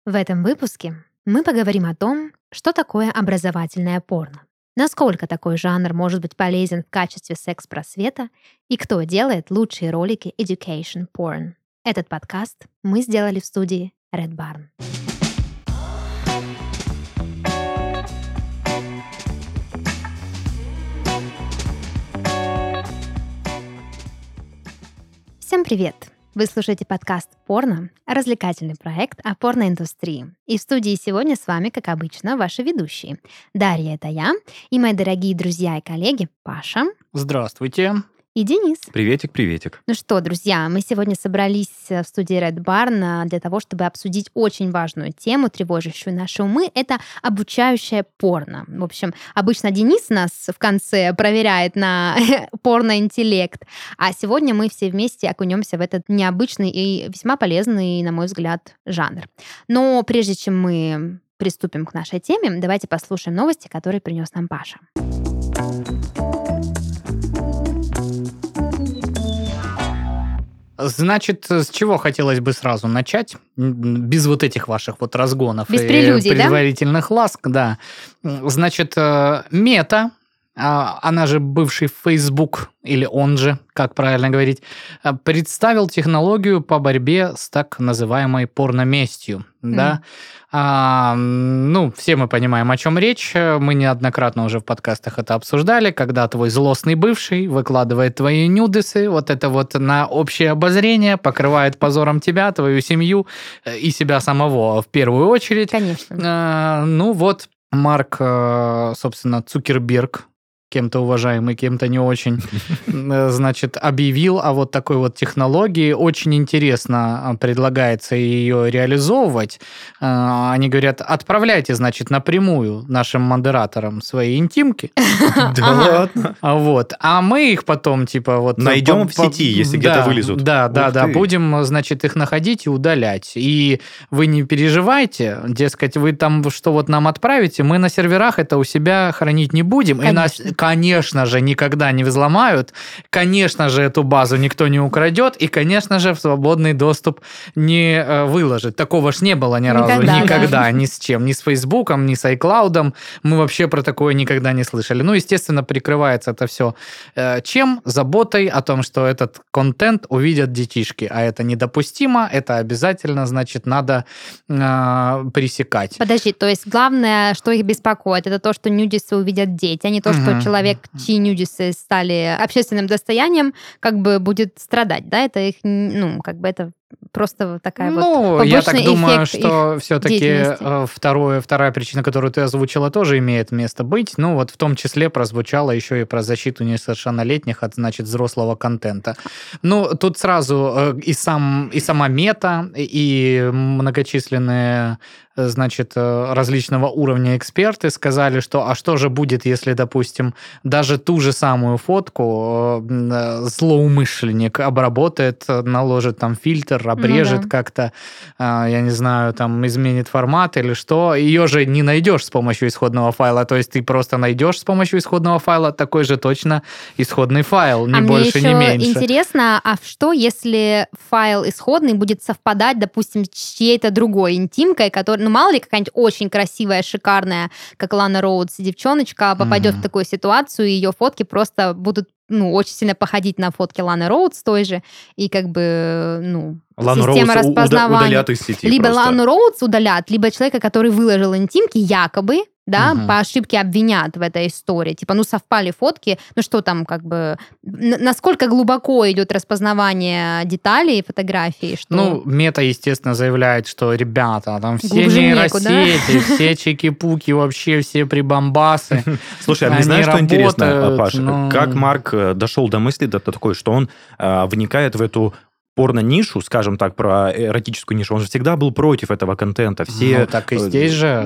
В этом выпуске мы поговорим о том, что такое образовательное порно, насколько такой жанр может быть полезен в качестве секс-просвета и кто делает лучшие ролики education porn. Этот подкаст мы сделали в студии Red Barn. Всем привет! Вы слушаете подкаст «Порно», развлекательный проект о порноиндустрии. И в студии сегодня с вами, как обычно, ваши ведущие. Дарья — это я, и мои дорогие друзья и коллеги Паша. Здравствуйте. И Денис. Приветик. Ну что, друзья, мы сегодня собрались в студии Red Barn для того, чтобы обсудить очень важную тему, тревожащую наши умы. Это обучающее порно. В общем, обычно Денис нас в конце проверяет на порноинтеллект, а сегодня мы все вместе окунемся в этот необычный и весьма полезный, на мой взгляд, жанр. Но прежде чем мы приступим к нашей теме, давайте послушаем новости, которые принес нам Паша. Значит, с чего хотелось бы сразу начать? Без вот этих ваших вот разгонов без и прелюдий, предварительных ласк, да. Значит, Мета, она же бывший Facebook, или он же, как правильно говорить, представил технологию по борьбе с так называемой порноместью, да. Все мы понимаем, о чем речь. Мы неоднократно уже в подкастах это обсуждали, когда твой злостный бывший выкладывает твои нюдесы, вот это вот на общее обозрение, покрывает позором тебя, твою семью и себя самого в первую очередь. Конечно. Марк, собственно, Цукерберг, кем-то уважаемый, кем-то не очень, значит, объявил о вот такой вот технологии. Очень интересно предлагается ее реализовывать. Они говорят, отправляйте, значит, напрямую нашим модераторам свои интимки. Да ладно? Вот. А мы их потом, типа, вот... Найдем в сети, если где-то вылезут. Да. Будем, значит, их находить и удалять. И вы не переживайте, дескать, вы там что вот нам отправите, мы на серверах это у себя хранить не будем. И нас, конечно же, никогда не взломают, конечно же, эту базу никто не украдет, и, конечно же, в свободный доступ не выложит. Такого ж не было ни разу. Никогда. Ни с чем. Ни с Фейсбуком, ни с iCloud. Мы вообще про такое никогда не слышали. Ну, естественно, прикрывается это все чем? Заботой о том, что этот контент увидят детишки. А это недопустимо, это обязательно, значит, надо пресекать. Подожди, то есть главное, что их беспокоит, это то, что нюдисы увидят дети, а не то, что человек, чьи нюдисы стали общественным достоянием, как бы будет страдать, да? Это их, это просто такая вот побочный я так думаю, эффект что все-таки вторая причина, которую ты озвучила, тоже имеет место быть. Ну, вот в том числе прозвучало еще и про защиту несовершеннолетних от, значит, взрослого контента. Ну, тут сразу и сама Мета, и многочисленные, значит, различного уровня эксперты сказали, что, а что же будет, если, допустим, даже ту же самую фотку злоумышленник обработает, наложит там фильтр, обрежет как-то, я не знаю, там изменит формат или что, ее же не найдешь с помощью исходного файла, то есть ты просто найдешь с помощью исходного файла такой же точно исходный файл, ни больше, ни меньше. Мне еще интересно, а что, если файл исходный будет совпадать, допустим, с чьей-то другой интимкой, которая, мало ли, какая-нибудь очень красивая, шикарная, как Лана Роудс девчоночка, попадет в такую ситуацию, и ее фотки просто будут очень сильно походить на фотки Ланы Роудс той же, и как бы, Лану система Роудс распознавания. удалят из сети либо просто. Лану Роудс удалят, либо человека, который выложил интимки, якобы, да, по ошибке обвинят в этой истории. Типа, совпали фотки, что там, как бы, насколько глубоко идет распознавание деталей фотографии, что... Мета, естественно, заявляет, что, ребята, там все глубже нейросети, все чики-пуки, вообще все прибамбасы. Слушай, а мне знаешь, что интересно, Паш? Как Марк дошел до мысли до такой, что он вникает в эту порно-нишу, скажем так, про эротическую нишу, он же всегда был против этого контента. Все... так и здесь же.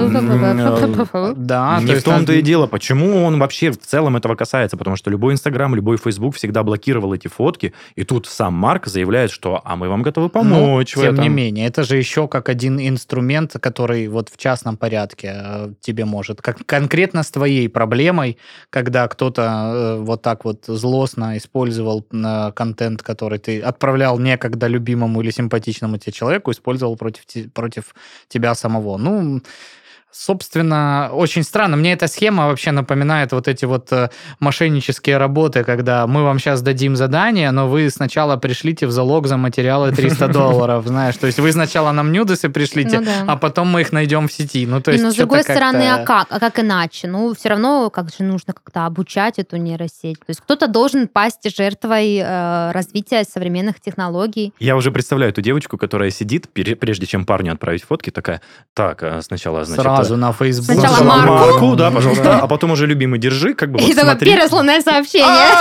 Да. Не в том-то и дело. Почему он вообще в целом этого касается? Потому что любой Инстаграм, любой Фейсбук всегда блокировал эти фотки, и тут сам Марк заявляет, что мы вам готовы помочь в этом. Тем не менее, это же еще как один инструмент, который вот в частном порядке тебе может, как конкретно с твоей проблемой, когда кто-то вот так вот злостно использовал контент, который ты отправляешь предоставлял некогда любимому или симпатичному тебе человеку, использовал против тебя самого. Ну, собственно, очень странно. Мне эта схема вообще напоминает вот эти вот мошеннические работы, когда мы вам сейчас дадим задание, но вы сначала пришлите в залог за материалы $300, знаешь. То есть вы сначала нам нюдесы пришлите, а потом мы их найдем в сети. Ну, то есть но с другой стороны, а как? А как иначе? Ну, все равно как же нужно как-то обучать эту нейросеть. То есть кто-то должен пасть жертвой развития современных технологий. Я уже представляю эту девочку, которая сидит, прежде чем парню отправить фотки, такая, так, сначала, значит... Сразу на Facebook. Сначала Марку, да, пожалуйста, а потом уже любимый держи, как бы вот смотри. И только пересланное сообщение.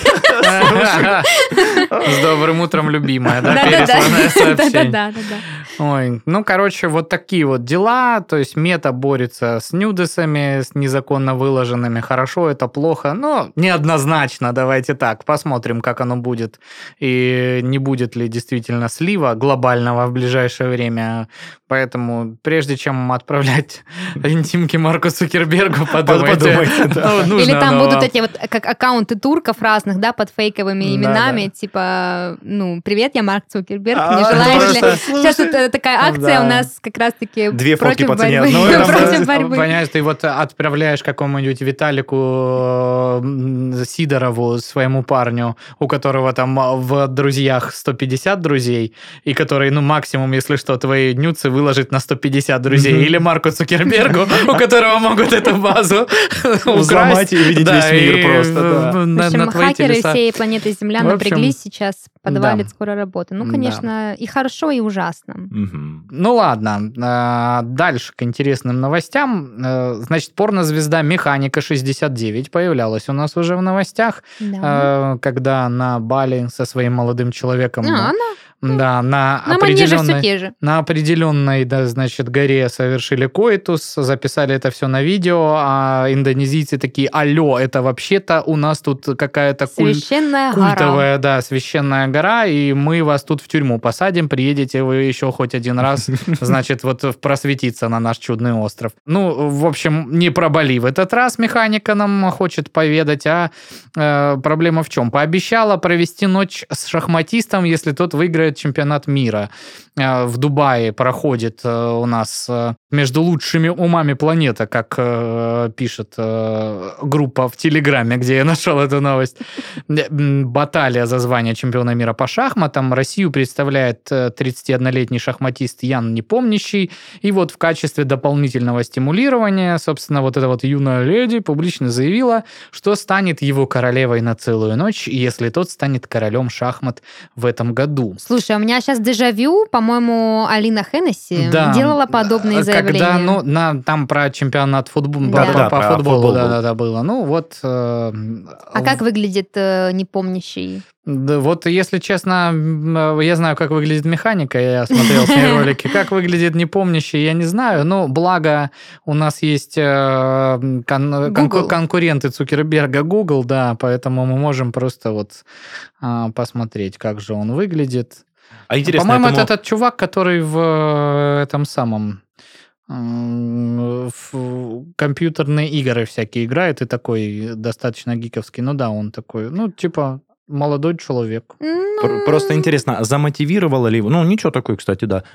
С добрым утром, любимая, да, пересланное сообщение. Да. Ой, ну, короче, вот такие вот дела. То есть Мета борется с нюдесами, с незаконно выложенными. Хорошо, это плохо, но неоднозначно, давайте так. Посмотрим, как оно будет. И не будет ли действительно слива глобального в ближайшее время. Поэтому прежде чем отправлять интимки Марку Цукербергу, подумайте. Или там будут эти вот как аккаунты турков разных, да, под фейковыми именами, типа, ну, привет, я Марк Цукерберг, не желаешь ли... Сейчас вот такая акция у нас как раз-таки против борьбы. Понимаешь, ты вот отправляешь какому-нибудь Виталику Сидорову, своему парню, у которого там в друзьях 150 друзей, и который, ну, максимум, если что, твои нюцы выложить на 150 друзей, или Марку Цукербергу, у которого могут эту базу взломать и видеть весь мир просто. В общем, хакеры всей планеты Земля напряглись сейчас, подвалит скоро работы. Ну, конечно, и хорошо, и ужасно. Ну, ладно. Дальше к интересным новостям. Значит, порнозвезда Механика 69 появлялась у нас уже в новостях, когда на Бали со своим молодым человеком... Да, на определенной, да, значит, горе совершили коитус, записали это все на видео, а индонезийцы такие, алло, это вообще-то у нас тут какая-то культовая, да, священная гора, и мы вас тут в тюрьму посадим, приедете вы еще хоть один раз, значит, вот просветиться на наш чудный остров. Ну, в общем, не про Бали в этот раз Механика нам хочет поведать, а проблема в чем? Пообещала провести ночь с шахматистом, если тот выиграет чемпионат мира. В Дубае проходит у нас между лучшими умами планеты, как пишет группа в Телеграме, где я нашел эту новость. Баталия за звание чемпиона мира по шахматам. Россию представляет 31-летний шахматист Ян Непомнящий. И вот в качестве дополнительного стимулирования, собственно, вот эта вот юная леди публично заявила, что станет его королевой на целую ночь, если тот станет королем шахмат в этом году. Слушай, у меня сейчас дежавю, по-моему, Алина Хеннесси делала подобные заявления. Когда, там про чемпионат по футболу, да, было. Ну, вот... А как выглядит Непомнящий? Да, вот, если честно, я знаю, как выглядит Механика, я смотрел с ней ролики. Как выглядит Непомнящий, я не знаю, но благо у нас есть конкуренты Цукерберга Google, да, поэтому мы можем просто вот посмотреть, как же он выглядит. А интересно, по-моему, это этот чувак, который в этом самом... в компьютерные игры всякие играет и такой достаточно гиковский. Ну да, он такой, ну, типа... Молодой человек. Просто интересно, замотивировало ли его... Ну, ничего такое, кстати, да.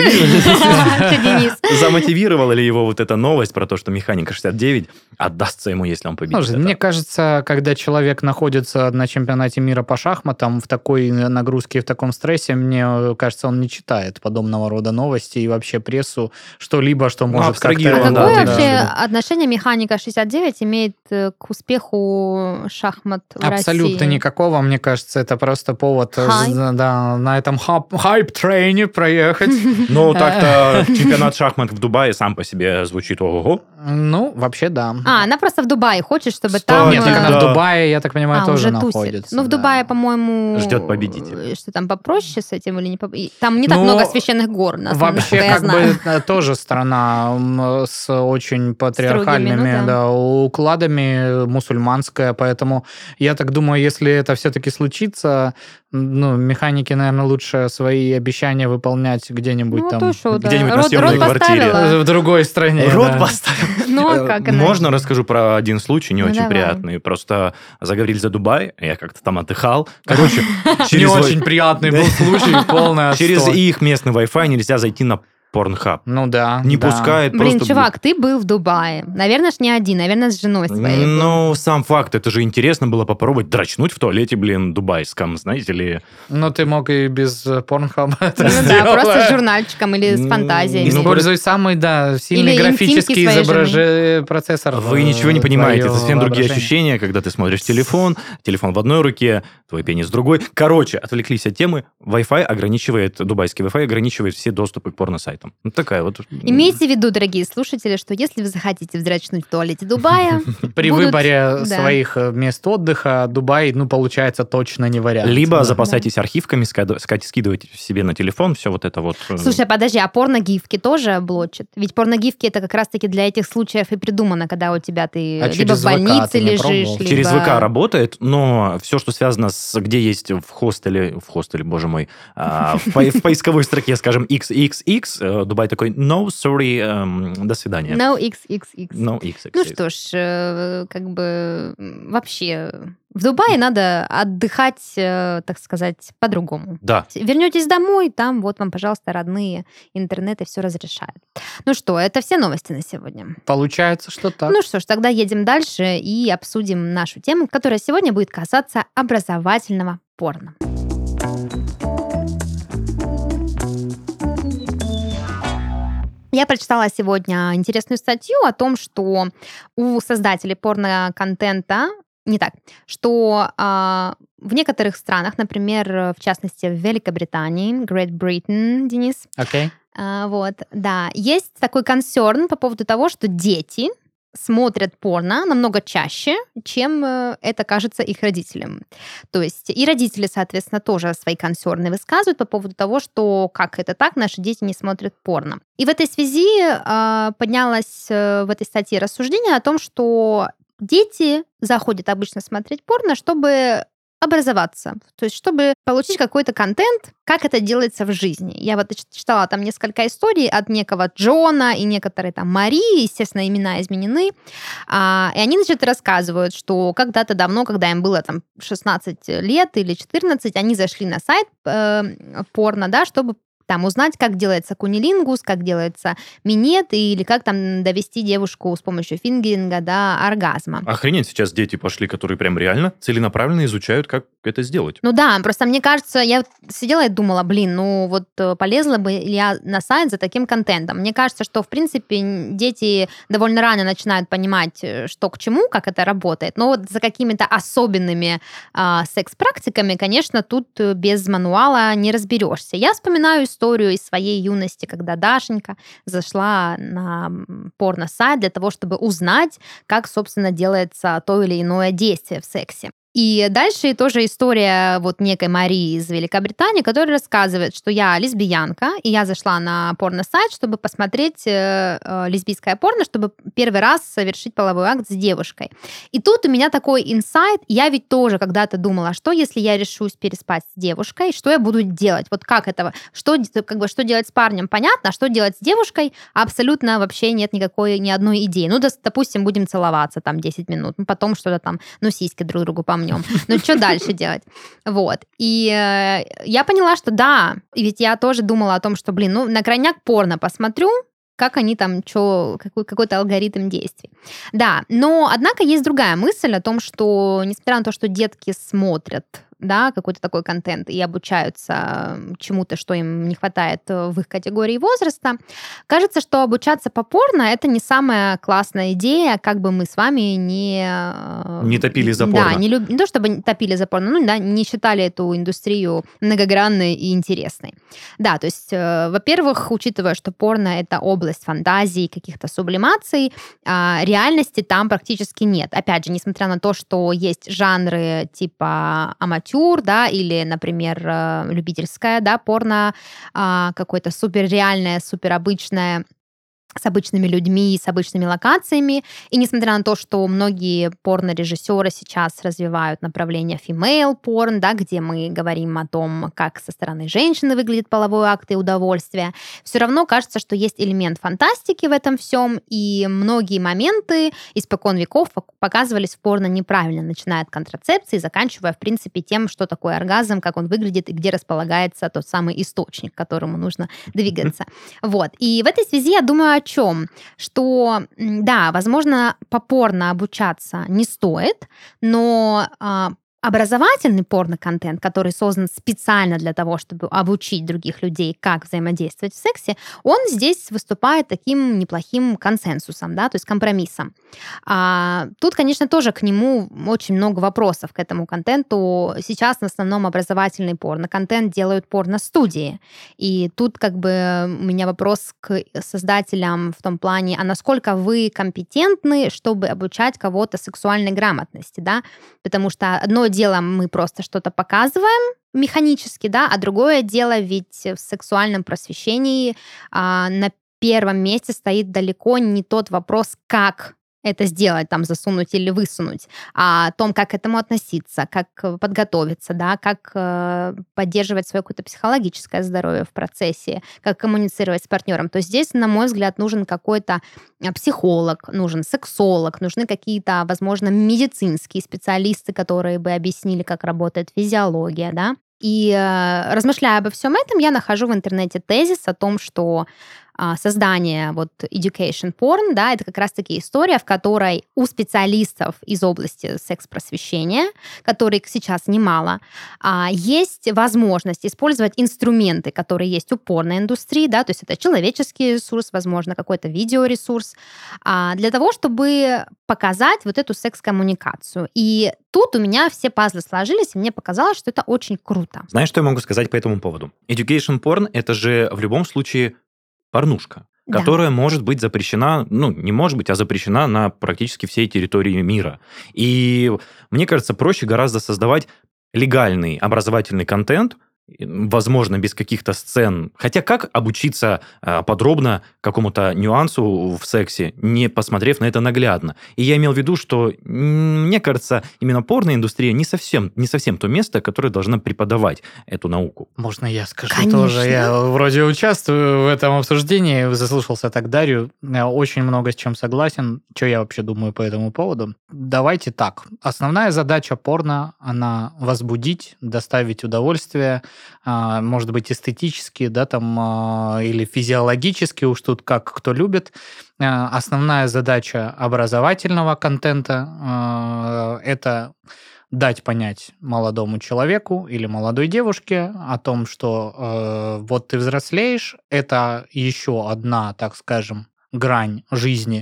Замотивировала ли его вот эта новость про то, что Механика 69 отдастся ему, если он победит? Слушай, мне кажется, когда человек находится на чемпионате мира по шахматам в такой нагрузке и в таком стрессе, мне кажется, он не читает подобного рода новости и вообще прессу, что-либо, что может как-то... А какое вообще отношение Механика 69 имеет к успеху шахмат в России? Абсолютно никакого. Мне кажется, это просто повод на этом хайп-трейне проехать. Ну, так-то чемпионат шахмат в Дубае сам по себе звучит ого-го. Ну, вообще, да. Она просто в Дубае хочет, чтобы там... Нет, она в Дубае, я так понимаю, тоже находится. Ну, в Дубае, по-моему... Ждет победителя. Что там попроще с этим или не попроще? Там не так много священных гор, вообще, как бы, тоже страна с очень патриархальными укладами, мусульманская, поэтому я так думаю, если это все-таки случится, ну, Механике, наверное, лучше свои обещания выполнять где-нибудь там. Где-нибудь на съемной квартире. В другой стране. Рот поставил. Но как Можно расскажу про один случай, не очень приятный. Просто заговорили за Дубай, я как-то там отдыхал. Короче, не очень приятный был случай, полный отстой. Через их местный Wi-Fi нельзя зайти на Pornhub. Ну да. Не пускает Блин, просто... чувак, ты был в Дубае. Наверное, ж не один, наверное, с женой своей. Ну, сам факт, это же интересно было попробовать дрочнуть в туалете, дубайском, знаете ли. Ну, ты мог и без Pornhub это Ну сделать. да, просто с журнальчиком или с фантазией. Используй самый, сильный Или графический процессор. Вы ничего не понимаете, это совсем другие воображение. ощущения, когда ты смотришь телефон в одной руке, твой пенис в другой. Короче, отвлеклись от темы. Дубайский Wi-Fi ограничивает все доступы к порносайтам. Вот такая вот... Имейте в виду, дорогие слушатели, что если вы захотите вздрачнуть в туалете Дубая... При выборе своих мест отдыха Дубай, получается, точно не вариант. Либо запасайтесь архивками, скидывайте себе на телефон, все вот это вот. Слушай, подожди, а порногифки тоже блочат? Ведь порногифки это как раз-таки для этих случаев и придумано, когда у тебя ты либо в больнице лежишь, либо... Через ВК работает, но все, что связано с... Где есть в хостеле, боже мой, в поисковой строке, скажем, XXX, Дубай такой, no, sorry, до свидания. No XXX. No XXX. Ну что ж, вообще... В Дубае надо отдыхать, так сказать, по-другому. Да. Вернетесь домой, там вот вам, пожалуйста, родные, интернет и все разрешает. Ну что, это все новости на сегодня. Получается, что так. Ну что ж, тогда едем дальше и обсудим нашу тему, которая сегодня будет касаться образовательного порно. Я прочитала сегодня интересную статью о том, что у создателей порно-контента что в некоторых странах, например, в частности, в Великобритании, Great Britain, Денис, есть такой консерн по поводу того, что дети смотрят порно намного чаще, чем это кажется их родителям. То есть и родители, соответственно, тоже свои консерны высказывают по поводу того, что как это так, наши дети не смотрят порно. И в этой связи поднялось в этой статье рассуждение о том, что дети заходят обычно смотреть порно, чтобы образоваться, то есть чтобы получить какой-то контент, как это делается в жизни. Я вот читала там несколько историй от некого Джона и некоторой там Марии, естественно, имена изменены, и они, рассказывают, что когда-то давно, когда им было там 16 лет или 14, они зашли на сайт порно, чтобы там узнать, как делается кунилингус, как делается минет, или как там довести девушку с помощью фингеринга до оргазма. Охренеть, сейчас дети пошли, которые прям реально целенаправленно изучают, как это сделать. Ну да, просто мне кажется, я сидела и думала, полезла бы я на сайт за таким контентом. Мне кажется, что, в принципе, дети довольно рано начинают понимать, что к чему, как это работает, но вот за какими-то особенными секс-практиками, конечно, тут без мануала не разберешься. Я вспоминаю историю из своей юности, когда Дашенька зашла на порно-сайт для того, чтобы узнать, как, собственно, делается то или иное действие в сексе. И дальше тоже история вот некой Марии из Великобритании, которая рассказывает, что я лесбиянка, и я зашла на порно-сайт, чтобы посмотреть лесбийское порно, чтобы первый раз совершить половой акт с девушкой. И тут у меня такой инсайт, я ведь тоже когда-то думала, что если я решусь переспать с девушкой, что я буду делать? Вот как этого? Что делать с парнем, понятно, а что делать с девушкой? Абсолютно вообще нет ни одной идеи. Ну, допустим, будем целоваться там 10 минут, потом что-то там, сиськи друг другу помнем. Ну, что дальше делать? Вот. И я поняла, что да, ведь я тоже думала о том, что, на крайняк порно посмотрю, как они там, какой-то алгоритм действий. Да, но, однако, есть другая мысль о том, что, несмотря на то, что детки смотрят какой-то такой контент и обучаются чему-то, что им не хватает в их категории возраста, кажется, что обучаться по порно — это не самая классная идея, как бы мы с вами не топили за порно. Да, не то чтобы топили за порно, не считали эту индустрию многогранной и интересной. Да, то есть, во-первых, учитывая, что порно — это область фантазии, каких-то сублимаций, реальности там практически нет. Опять же, несмотря на то, что есть жанры типа аматюр, или, например, любительское, порно, какое-то суперреальное, суперобычное, с обычными людьми, с обычными локациями. И несмотря на то, что многие порно-режиссеры сейчас развивают направление female porn, да, где мы говорим о том, как со стороны женщины выглядит половой акт и удовольствие, все равно кажется, что есть элемент фантастики в этом всем, и многие моменты испокон веков показывались в порно неправильно, начиная от контрацепции, заканчивая, в принципе, тем, что такое оргазм, как он выглядит и где располагается тот самый источник, к которому нужно двигаться. Вот. И в этой связи я думаю о чем? Что, да, возможно, попорно обучаться не стоит, но образовательный порно-контент, который создан специально для того, чтобы обучить других людей, как взаимодействовать в сексе, он здесь выступает таким неплохим консенсусом, да, то есть компромиссом. Тут, конечно, тоже к нему очень много вопросов, к этому контенту. Сейчас в основном образовательный порно-контент делают порно-студии. И тут как бы у меня вопрос к создателям в том плане, а насколько вы компетентны, чтобы обучать кого-то сексуальной грамотности, да? Потому что одно дело мы просто что-то показываем механически, да, а другое дело ведь в сексуальном просвещении на первом месте стоит далеко не тот вопрос, как это сделать, там, засунуть или высунуть, а о том, как к этому относиться, как подготовиться, да, как поддерживать свое какое-то психологическое здоровье в процессе, как коммуницировать с партнером. То есть здесь, на мой взгляд, нужен какой-то психолог, нужен сексолог, нужны какие-то, возможно, медицинские специалисты, которые бы объяснили, как работает физиология, да. И размышляя обо всем этом, я нахожу в интернете тезис о том, что создание вот education porn, да, это как раз-таки история, в которой у специалистов из области секс-просвещения, которых сейчас немало, есть возможность использовать инструменты, которые есть у порноиндустрии, да, то есть это человеческий ресурс, возможно, какой-то видеоресурс, для того, чтобы показать вот эту секс-коммуникацию. И тут у меня все пазлы сложились, и мне показалось, что это очень круто. Знаешь, что я могу сказать по этому поводу? Education porn — это же в любом случае порнушка, Да. которая может быть запрещена, ну, не может быть, а запрещена на практически всей территории мира. И мне кажется, проще гораздо создавать легальный образовательный контент, возможно, без каких-то сцен. Хотя как обучиться подробно какому-то нюансу в сексе, не посмотрев на это наглядно? И я имел в виду, что, мне кажется, именно порноиндустрия не совсем то место, которое должно преподавать эту науку. Можно я скажу? Конечно. Тоже? Я вроде участвую в этом обсуждении, заслушался так Дарью, я очень много с чем согласен. Что я вообще думаю по этому поводу? Давайте так. Основная задача порно, она возбудить, доставить удовольствие, может быть, эстетически, да, там, или физиологически, уж тут как кто любит. Основная задача образовательного контента – это дать понять молодому человеку или молодой девушке о том, что вот ты взрослеешь, это еще одна, так скажем, грань жизни,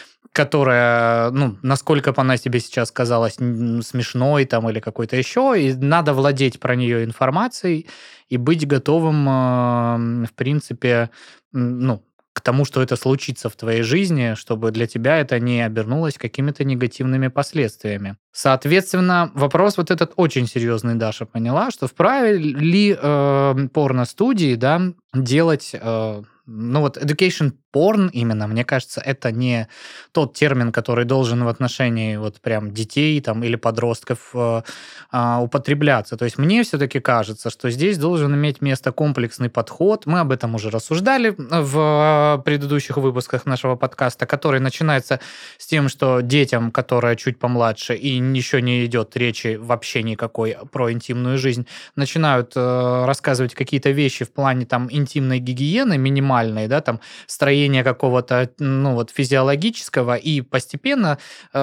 которая, ну, насколько бы она тебе сейчас казалась смешной там или какой-то еще, и надо владеть про нее информацией и быть готовым, в принципе, ну, к тому, что это случится в твоей жизни, чтобы для тебя это не обернулось какими-то негативными последствиями. Соответственно, вопрос вот этот очень серьезный, Даша поняла, что вправе ли порно-студии, да, делать... Ну вот education porn именно, мне кажется, это не тот термин, который должен в отношении вот прям детей там, или подростков употребляться. То есть мне все-таки кажется, что здесь должен иметь место комплексный подход. Мы об этом уже рассуждали в предыдущих выпусках нашего подкаста, который начинается с тем, что детям, которые чуть помладше и еще не идет речи вообще никакой про интимную жизнь, начинают рассказывать какие-то вещи в плане там интимной гигиены минимальной, да, там строение какого-то, ну вот физиологического, и постепенно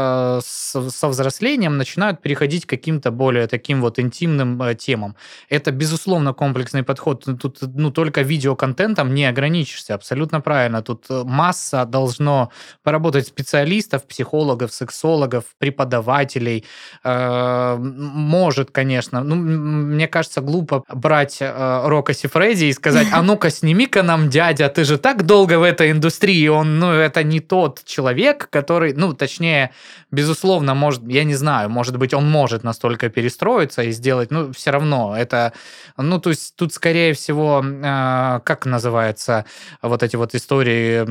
со взрослением начинают переходить к каким-то более таким вот интимным темам. Это, безусловно, комплексный подход. Тут, ну, только видеоконтентом не ограничишься, абсолютно правильно. Тут масса должно поработать специалистов, психологов, сексологов, преподавателей. Может, конечно, ну, мне кажется, глупо брать Рокко Сиффреди и сказать, а ну-ка, сними-ка нам, дядя, Володя, ты же так долго в этой индустрии, это не тот человек, который, точнее, безусловно, может, я не знаю, может быть, он может настолько перестроиться и сделать, все равно это, то есть тут, скорее всего, как называется, вот эти вот истории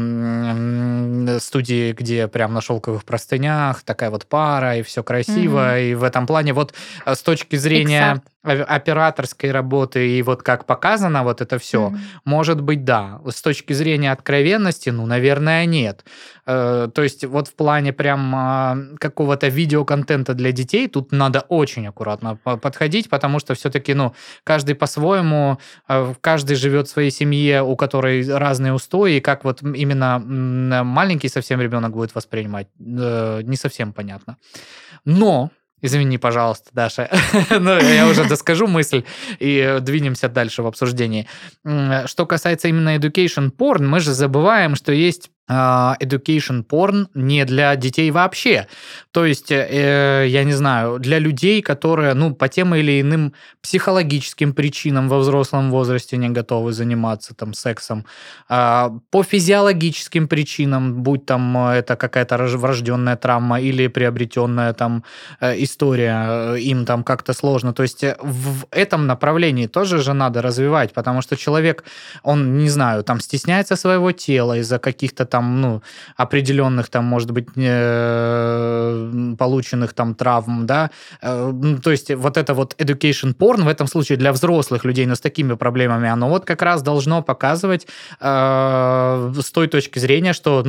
студии, где прям на шелковых простынях такая вот пара, и все красиво, и в этом плане вот с точки зрения операторской работы и вот как показано вот это все, может быть, да. С точки зрения откровенности, наверное, нет. То есть вот в плане прям какого-то видеоконтента для детей тут надо очень аккуратно подходить, потому что все-таки, каждый по-своему, каждый живет в своей семье, у которой разные устои, и как вот именно маленький совсем ребенок будет воспринимать, не совсем понятно. Но извини, пожалуйста, Даша. Я уже доскажу мысль и двинемся дальше в обсуждении. Что касается именно education porn, мы же забываем, что есть education porn не для детей вообще. То есть, я не знаю, для людей, которые, по тем или иным психологическим причинам во взрослом возрасте не готовы заниматься там сексом, по физиологическим причинам, будь там это какая-то врожденная травма или приобретенная там история, им там как-то сложно. То есть, в этом направлении тоже же надо развивать, потому что человек, он, не знаю, там стесняется своего тела из-за каких-то там определенных там, может быть, полученных там травм, да, то есть вот это вот education porn в этом случае для взрослых людей, но с такими проблемами, оно вот как раз должно показывать с той точки зрения, что,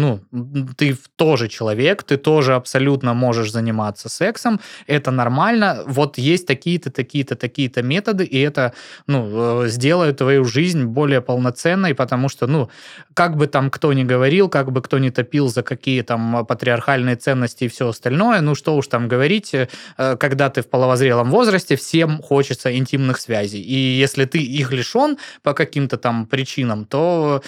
ты тоже человек, ты тоже абсолютно можешь заниматься сексом, это нормально, вот есть такие-то, такие-то, такие-то методы, и это, сделает твою жизнь более полноценной, потому что, как бы там кто ни говорил, как бы кто ни топил за какие там патриархальные ценности и все остальное, что уж там говорить, когда ты в половозрелом возрасте, всем хочется интимных связей. И если ты их лишен по каким-то там причинам, то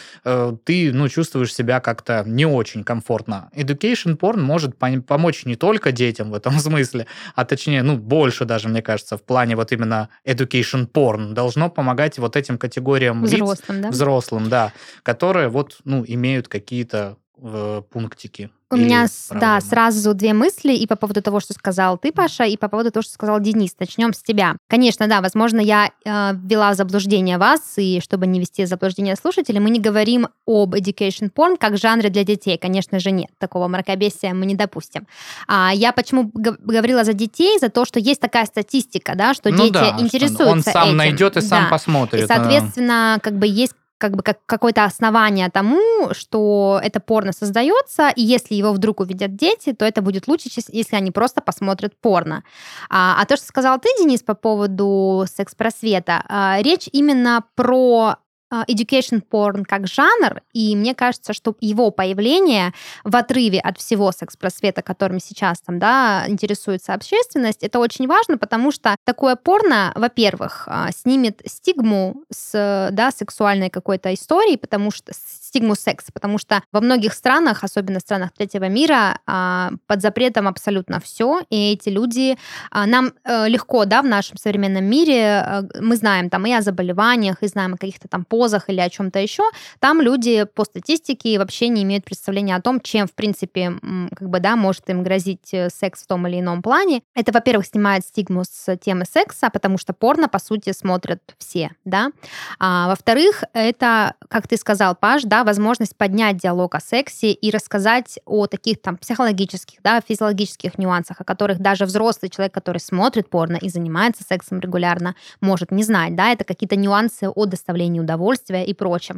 ты, чувствуешь себя как-то не очень комфортно. Education porn может помочь не только детям в этом смысле, а точнее, лицу даже, мне кажется, в плане вот именно education porn должно помогать вот этим категориям взрослым, лиц, да? Взрослым, да, которые вот, имеют какие-то пунктики. У меня, сразу две мысли и по поводу того, что сказал ты, Паша, и по поводу того, что сказал Денис. Начнем с тебя. Конечно, да, возможно, я ввела в заблуждение вас, и чтобы не ввести в заблуждение слушателей, мы не говорим об education porn как жанре для детей. Конечно же, нет. Такого мракобесия мы не допустим. Я почему говорила за детей? За то, что есть такая статистика, да, что дети интересуются он сам этим. найдет и сам посмотрит. И, соответственно, есть какое-то основание тому, что это порно создается, и если его вдруг увидят дети, то это будет лучше, если они просто посмотрят порно. А то, что сказал ты, Денис, по поводу секс-просвета, речь именно про education porn как жанр, и мне кажется, что его появление в отрыве от всего секс-просвета, которым сейчас там, да, интересуется общественность, это очень важно, потому что такое порно, во-первых, снимет стигму с сексуальной какой-то истории, потому что стигму секса, потому что во многих странах, особенно в странах третьего мира, под запретом абсолютно все, и эти люди, нам легко, да, в нашем современном мире, мы знаем там и о заболеваниях, и знаем о каких-то там позах или о чем-то еще, там люди по статистике вообще не имеют представления о том, чем, в принципе, может им грозить секс в том или ином плане. Это, во-первых, снимает стигму с темы секса, потому что порно, по сути, смотрят все, да. Во-вторых, это, как ты сказал, Паш, да, возможность поднять диалог о сексе и рассказать о таких там психологических, да, физиологических нюансах, о которых даже взрослый человек, который смотрит порно и занимается сексом регулярно, может не знать, да, это какие-то нюансы о доставлении удовольствия и прочем.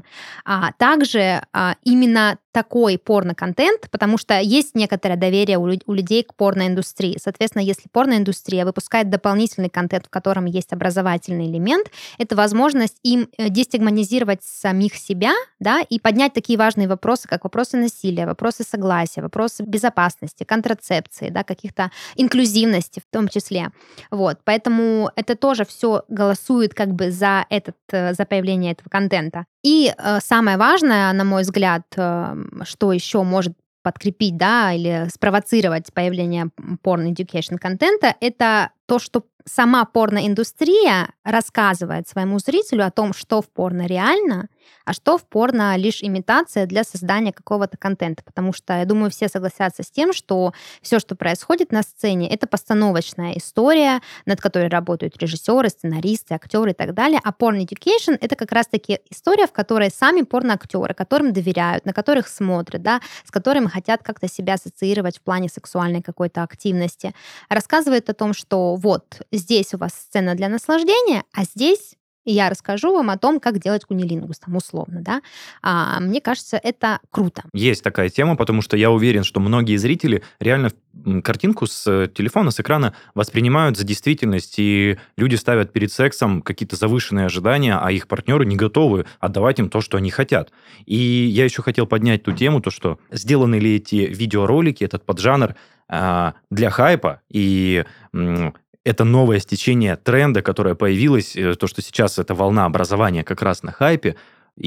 Также именно такой порно-контент, потому что есть некоторое доверие у людей к порноиндустрии. Соответственно, если порноиндустрия выпускает дополнительный контент, в котором есть образовательный элемент, это возможность им дестигматизировать самих себя, да, и поднять такие важные вопросы, как вопросы насилия, вопросы согласия, вопросы безопасности, контрацепции, да, каких-то инклюзивности в том числе. Вот, поэтому это тоже все голосует за появление этого контента. И самое важное, на мой взгляд, что еще может подкрепить, да, или спровоцировать появление porn education контента, это то, что сама порноиндустрия рассказывает своему зрителю о том, что в порно реально, а что в порно лишь имитация для создания какого-то контента. Потому что, я думаю, все согласятся с тем, что все, что происходит на сцене, это постановочная история, над которой работают режиссеры, сценаристы, актеры и так далее. А porn education — это как раз-таки история, в которой сами порноактеры, которым доверяют, на которых смотрят, да, с которыми хотят как-то себя ассоциировать в плане сексуальной какой-то активности, рассказывают о том, что вот здесь у вас сцена для наслаждения, а здесь я расскажу вам о том, как делать кунилингус, там, условно, да. Мне кажется, это круто. Есть такая тема, потому что я уверен, что многие зрители реально картинку с телефона, с экрана воспринимают за действительность, и люди ставят перед сексом какие-то завышенные ожидания, а их партнеры не готовы отдавать им то, что они хотят. И я еще хотел поднять ту тему, то, что сделаны ли эти видеоролики, этот поджанр для хайпа, и это новое стечение тренда, которое появилось, то, что сейчас это волна образования как раз на хайпе,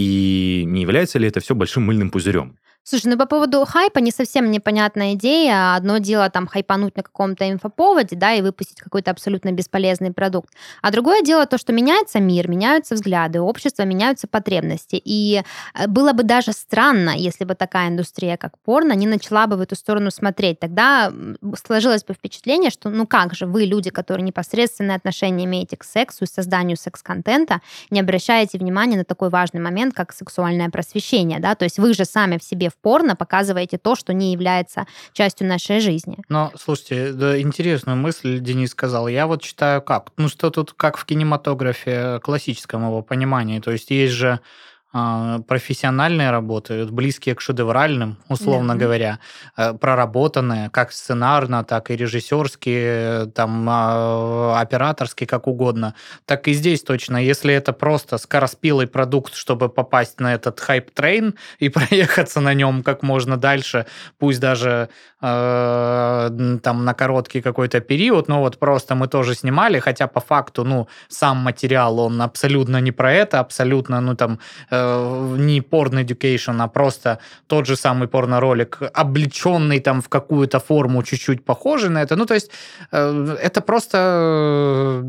и не является ли это все большим мыльным пузырем? Слушай, по поводу хайпа не совсем непонятная идея. Одно дело там хайпануть на каком-то инфоповоде, да, и выпустить какой-то абсолютно бесполезный продукт. А другое дело то, что меняется мир, меняются взгляды, общество, меняются потребности. И было бы даже странно, если бы такая индустрия, как порно, не начала бы в эту сторону смотреть. Тогда сложилось бы впечатление, что как же вы, люди, которые непосредственное отношение имеете к сексу и созданию секс-контента, не обращаете внимания на такой важный момент, как сексуальное просвещение, да, то есть вы же сами в себе в порно показываете то, что не является частью нашей жизни. Но, слушайте, да, интересную мысль Денис сказал. Я вот считаю как? Что тут как в кинематографе классическом его понимании. То есть же профессиональные работы, близкие к шедевральным, условно говоря, проработанные, как сценарно, так и режиссерские, там, операторские, как угодно. Так и здесь точно. Если это просто скороспелый продукт, чтобы попасть на этот хайп-трейн и проехаться на нем как можно дальше, пусть даже там на короткий какой-то период, но вот просто мы тоже снимали, хотя по факту, сам материал, он абсолютно не про это, абсолютно, не порно-эдюкейшн, а просто тот же самый порно-ролик, облеченный там в какую-то форму, чуть-чуть похожий на это. То есть это просто,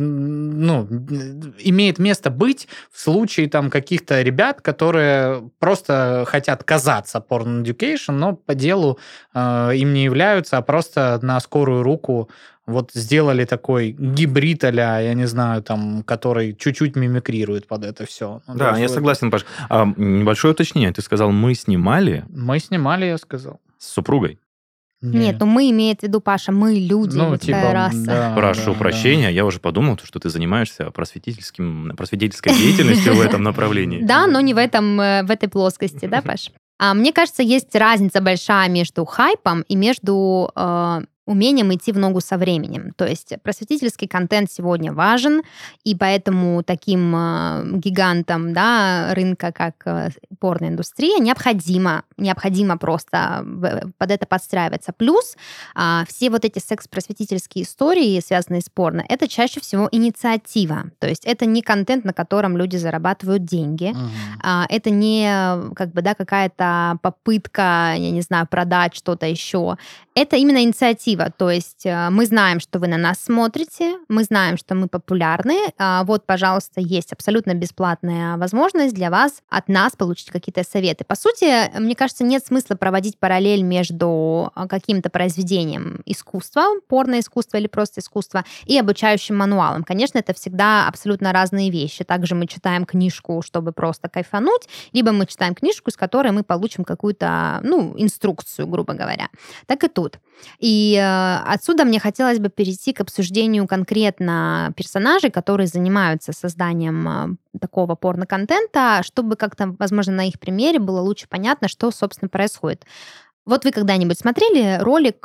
имеет место быть в случае там каких-то ребят, которые просто хотят казаться порно-эдюкейшн, но по делу им не являются, а просто на скорую руку вот сделали такой гибрид а-ля, я не знаю, там, который чуть-чуть мимикрирует под это все. Да, я согласен, Паш. Небольшое уточнение. Ты сказал, мы снимали? Мы снимали, я сказал. С супругой? Нет, мы имеет в виду, Паша, мы люди, такая раса. Да, прошу прощения, я уже подумал, что ты занимаешься просветительской деятельностью в этом направлении. Да, но не в этой плоскости, да, Паш? Мне кажется, есть разница большая между хайпом и между умением идти в ногу со временем. То есть просветительский контент сегодня важен, и поэтому таким гигантам, да, рынка, как порноиндустрия, необходимо просто под это подстраиваться. Плюс все вот эти секс-просветительские истории, связанные с порно, это чаще всего инициатива. То есть это не контент, на котором люди зарабатывают деньги. Это не какая-то попытка, я не знаю, продать что-то еще. Это именно инициатива. То есть мы знаем, что вы на нас смотрите, мы знаем, что мы популярны. Вот, пожалуйста, есть абсолютно бесплатная возможность для вас от нас получить какие-то советы. По сути, мне кажется, нет смысла проводить параллель между каким-то произведением искусства, порноискусства или просто искусства, и обучающим мануалом. Конечно, это всегда абсолютно разные вещи. Также мы читаем книжку, чтобы просто кайфануть, либо мы читаем книжку, с которой мы получим какую-то, инструкцию, грубо говоря. Так и тут. И отсюда мне хотелось бы перейти к обсуждению конкретно персонажей, которые занимаются созданием такого порно-контента, чтобы как-то, возможно, на их примере было лучше понятно, что, собственно, происходит. Вот вы когда-нибудь смотрели ролик,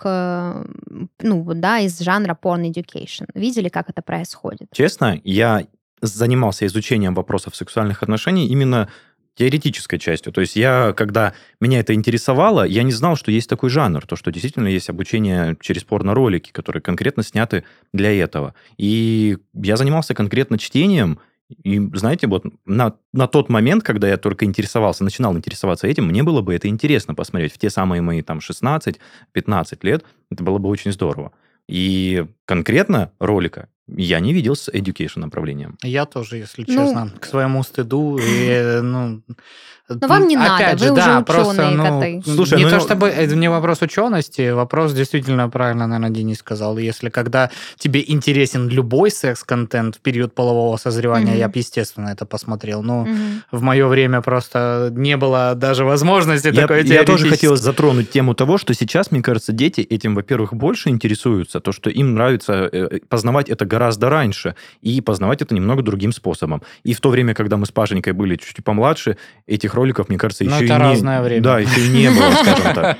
из жанра порно-эдюкейшн? Видели, как это происходит? Честно, я занимался изучением вопросов сексуальных отношений именно теоретической частью. То есть когда меня это интересовало, я не знал, что есть такой жанр, то, что действительно есть обучение через порно-ролики, которые конкретно сняты для этого. И я занимался конкретно чтением, и, знаете, вот на тот момент, когда я только начинал интересоваться этим, мне было бы это интересно посмотреть в те самые мои 16-15 лет. Это было бы очень здорово. И конкретно ролика Я не видел с education направлением. Я тоже, если честно, к своему стыду. И, но вам не надо, вы уже ученые, коты. Слушай, не то чтобы это не вопрос учености, вопрос действительно правильно, наверное, Денис сказал. Если когда тебе интересен любой секс-контент в период полового созревания, я бы, естественно, это посмотрел. Но в мое время просто не было даже возможности такой теоретической. Я тоже хотел затронуть тему того, что сейчас, мне кажется, дети этим, во-первых, больше интересуются, то, что им нравится познавать это гораздо раньше, и познавать это немного другим способом. И в то время, когда мы с Пашенькой были чуть-чуть помладше, этих роликов, мне кажется, еще это разное время. Да, еще и не было, скажем так.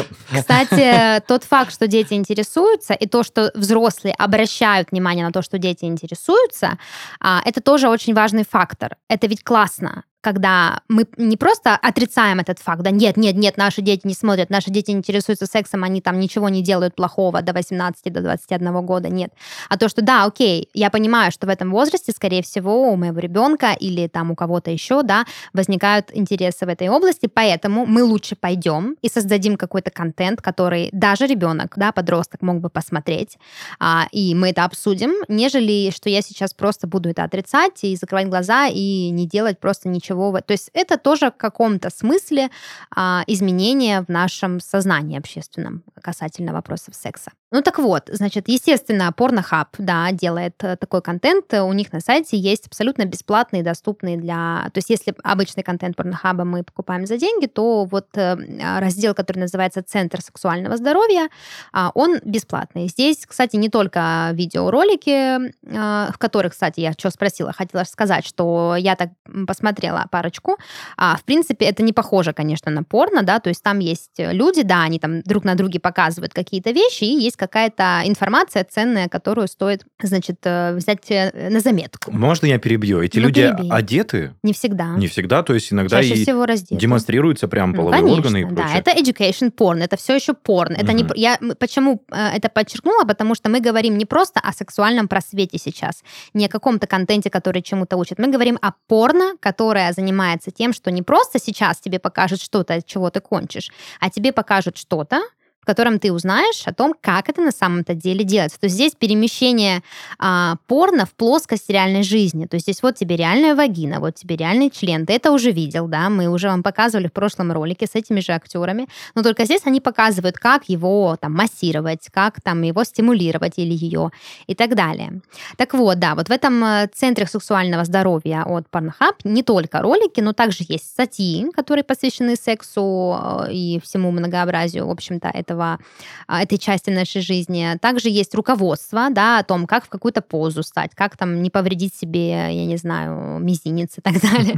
Кстати, тот факт, что дети интересуются, и то, что взрослые обращают внимание на то, что дети интересуются, это тоже очень важный фактор. Это ведь классно, когда мы не просто отрицаем этот факт, да, нет, наши дети не смотрят, наши дети не интересуются сексом, они там ничего не делают плохого до 18, до 21 года, нет. А то, что да, окей, я понимаю, что в этом возрасте, скорее всего, у моего ребенка или там у кого-то еще, да, возникают интересы в этой области, поэтому мы лучше пойдем и создадим какой-то контент, который даже ребенок, да, подросток мог бы посмотреть, и мы это обсудим, нежели что я сейчас просто буду это отрицать и закрывать глаза и не делать просто ничего. То есть это тоже в каком-то смысле изменение в нашем сознании общественном касательно вопросов секса. Ну так вот, значит, естественно, Pornhub, да, делает такой контент. У них на сайте есть абсолютно бесплатный, доступный для... То есть если обычный контент Pornhub мы покупаем за деньги, то вот раздел, который называется «Центр сексуального здоровья», он бесплатный. Здесь, кстати, не только видеоролики, в которых, кстати, я что спросила, хотела сказать, что я так посмотрела парочку. В принципе, это не похоже, конечно, на порно, да, то есть там есть люди, да, они там друг на друге показывают какие-то вещи, и есть какая-то информация ценная, которую стоит, значит, взять на заметку. Можно я перебью? Эти люди одеты? Не всегда. Не всегда, то есть иногда чаще всего раздеты. Демонстрируются прям половые органы и прочее. Да, это education porn, это все еще порно. Это не, я почему это подчеркнула? Потому что мы говорим не просто о сексуальном просвете сейчас, не о каком-то контенте, который чему-то учит. Мы говорим о порно, которое занимается тем, что не просто сейчас тебе покажут что-то, от чего ты кончишь, а тебе покажут что-то, в котором ты узнаешь о том, как это на самом-то деле делается. То есть здесь перемещение порно в плоскость реальной жизни. То есть здесь вот тебе реальная вагина, вот тебе реальный член. Ты это уже видел, да, мы уже вам показывали в прошлом ролике с этими же актерами, но только здесь они показывают, как его там массировать, как там его стимулировать или ее и так далее. Так вот, да, вот в этом центре сексуального здоровья от Pornhub не только ролики, но также есть статьи, которые посвящены сексу и всему многообразию, в общем-то, этой части нашей жизни. Также есть руководство, да, о том, как в какую-то позу стать, как там не повредить себе, я не знаю, мизинец и так далее.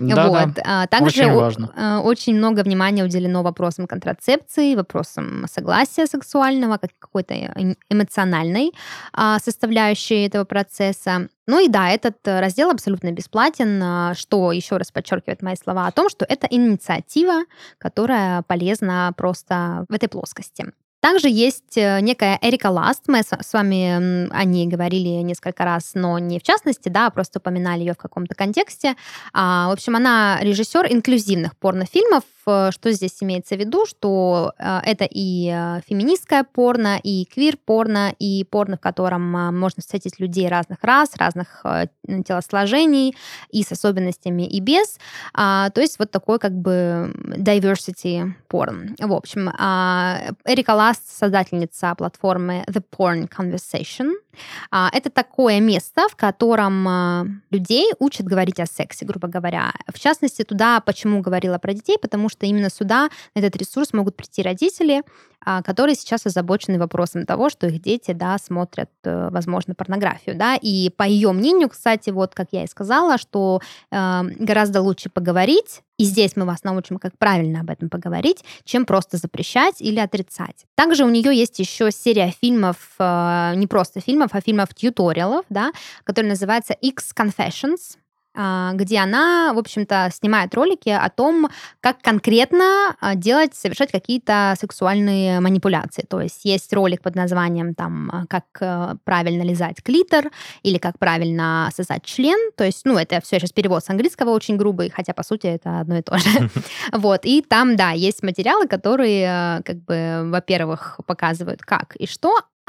Да, также очень важно. Очень много внимания уделено вопросам контрацепции, вопросам согласия сексуального, как какой-то эмоциональной составляющей этого процесса. Ну и да, этот раздел абсолютно бесплатен, что еще раз подчеркивает мои слова о том, что это инициатива, которая полезна просто в этой плоскости. Также есть некая Эрика Ласт, мы с вами о ней говорили несколько раз, но не в частности, да, просто упоминали ее в каком-то контексте. В общем, она режиссер инклюзивных порнофильмов. Что здесь имеется в виду? Что это и феминистское порно, и квир-порно, и порно, в котором можно встретить людей разных рас, разных телосложений, и с особенностями, и без. То есть вот такой как бы diversity порн. В общем, Эрика Ласт, создательница платформы The Porn Conversation. Это такое место, в котором людей учат говорить о сексе, грубо говоря. В частности, туда, почему говорила про детей, потому что именно сюда, на этот ресурс, могут прийти родители, которые сейчас озабочены вопросом того, что их дети, да, смотрят, возможно, порнографию, да, и по ее мнению, кстати, вот как я и сказала, что гораздо лучше поговорить, и здесь мы вас научим, как правильно об этом поговорить, чем просто запрещать или отрицать. Также у нее есть еще серия фильмов, не просто фильмов, а фильмов-тьюториалов, да, которые называются X-Confessions, где она, в общем-то, снимает ролики о том, как конкретно совершать какие-то сексуальные манипуляции. То есть есть ролик под названием там, как правильно лизать клитор или как правильно сосать член. То есть, ну, это все сейчас перевод с английского очень грубый, хотя, по сути, это одно и то же. Вот, и там, да, есть материалы, которые, как бы, во-первых, показывают, как и что,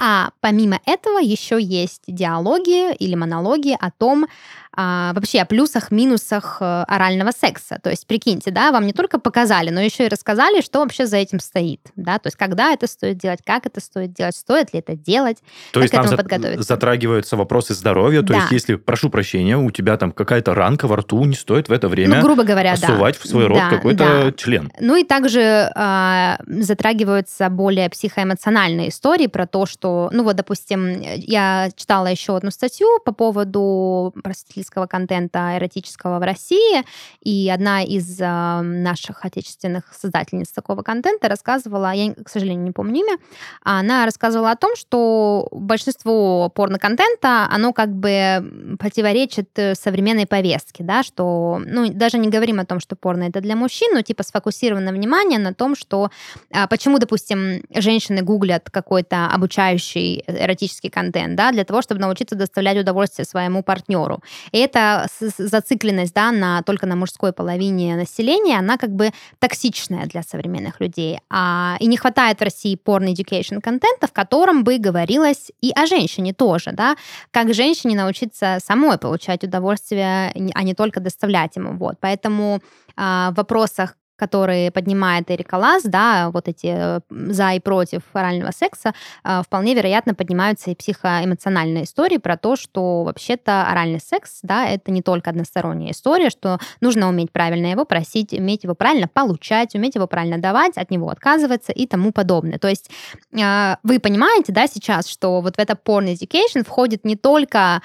А помимо этого еще есть диалоги или монологи о том, вообще о плюсах, минусах орального секса. То есть, прикиньте, да, вам не только показали, но еще и рассказали, что вообще за этим стоит, да, то есть, когда это стоит делать, как это стоит делать, стоит ли это делать, то есть, там затрагиваются вопросы здоровья, то есть, если, прошу прощения, у тебя там какая-то ранка во рту, не стоит в это время грубо говоря, сувать в свой рот какой-то член. Ну и также затрагиваются более психоэмоциональные истории про то, что, ну вот, допустим, я читала еще одну статью по поводу просветительского контента эротического в России, и одна из наших отечественных создательниц такого контента рассказывала, я, к сожалению, не помню имя, она рассказывала о том, что большинство порно-контента, оно как бы противоречит современной повестке, да, что, ну, даже не говорим о том, что порно это для мужчин, но типа сфокусировано внимание на том, что почему, допустим, женщины гуглят какой-то обучающий эротический контент, да, для того, чтобы научиться доставлять удовольствие своему партнеру. И эта зацикленность, да, только на мужской половине населения, она как бы токсичная для современных людей. И не хватает в России porn-education контента, в котором бы говорилось и о женщине тоже, да, как женщине научиться самой получать удовольствие, а не только доставлять ему. Вот. Поэтому в вопросах, которые поднимает Эрика Лас, да, вот эти за и против орального секса, вполне вероятно поднимаются и психоэмоциональные истории про то, что вообще-то оральный секс, да, это не только односторонняя история, что нужно уметь правильно его просить, уметь его правильно получать, уметь его правильно давать, от него отказываться и тому подобное. То есть вы понимаете, да, сейчас, что вот в это porn education входит не только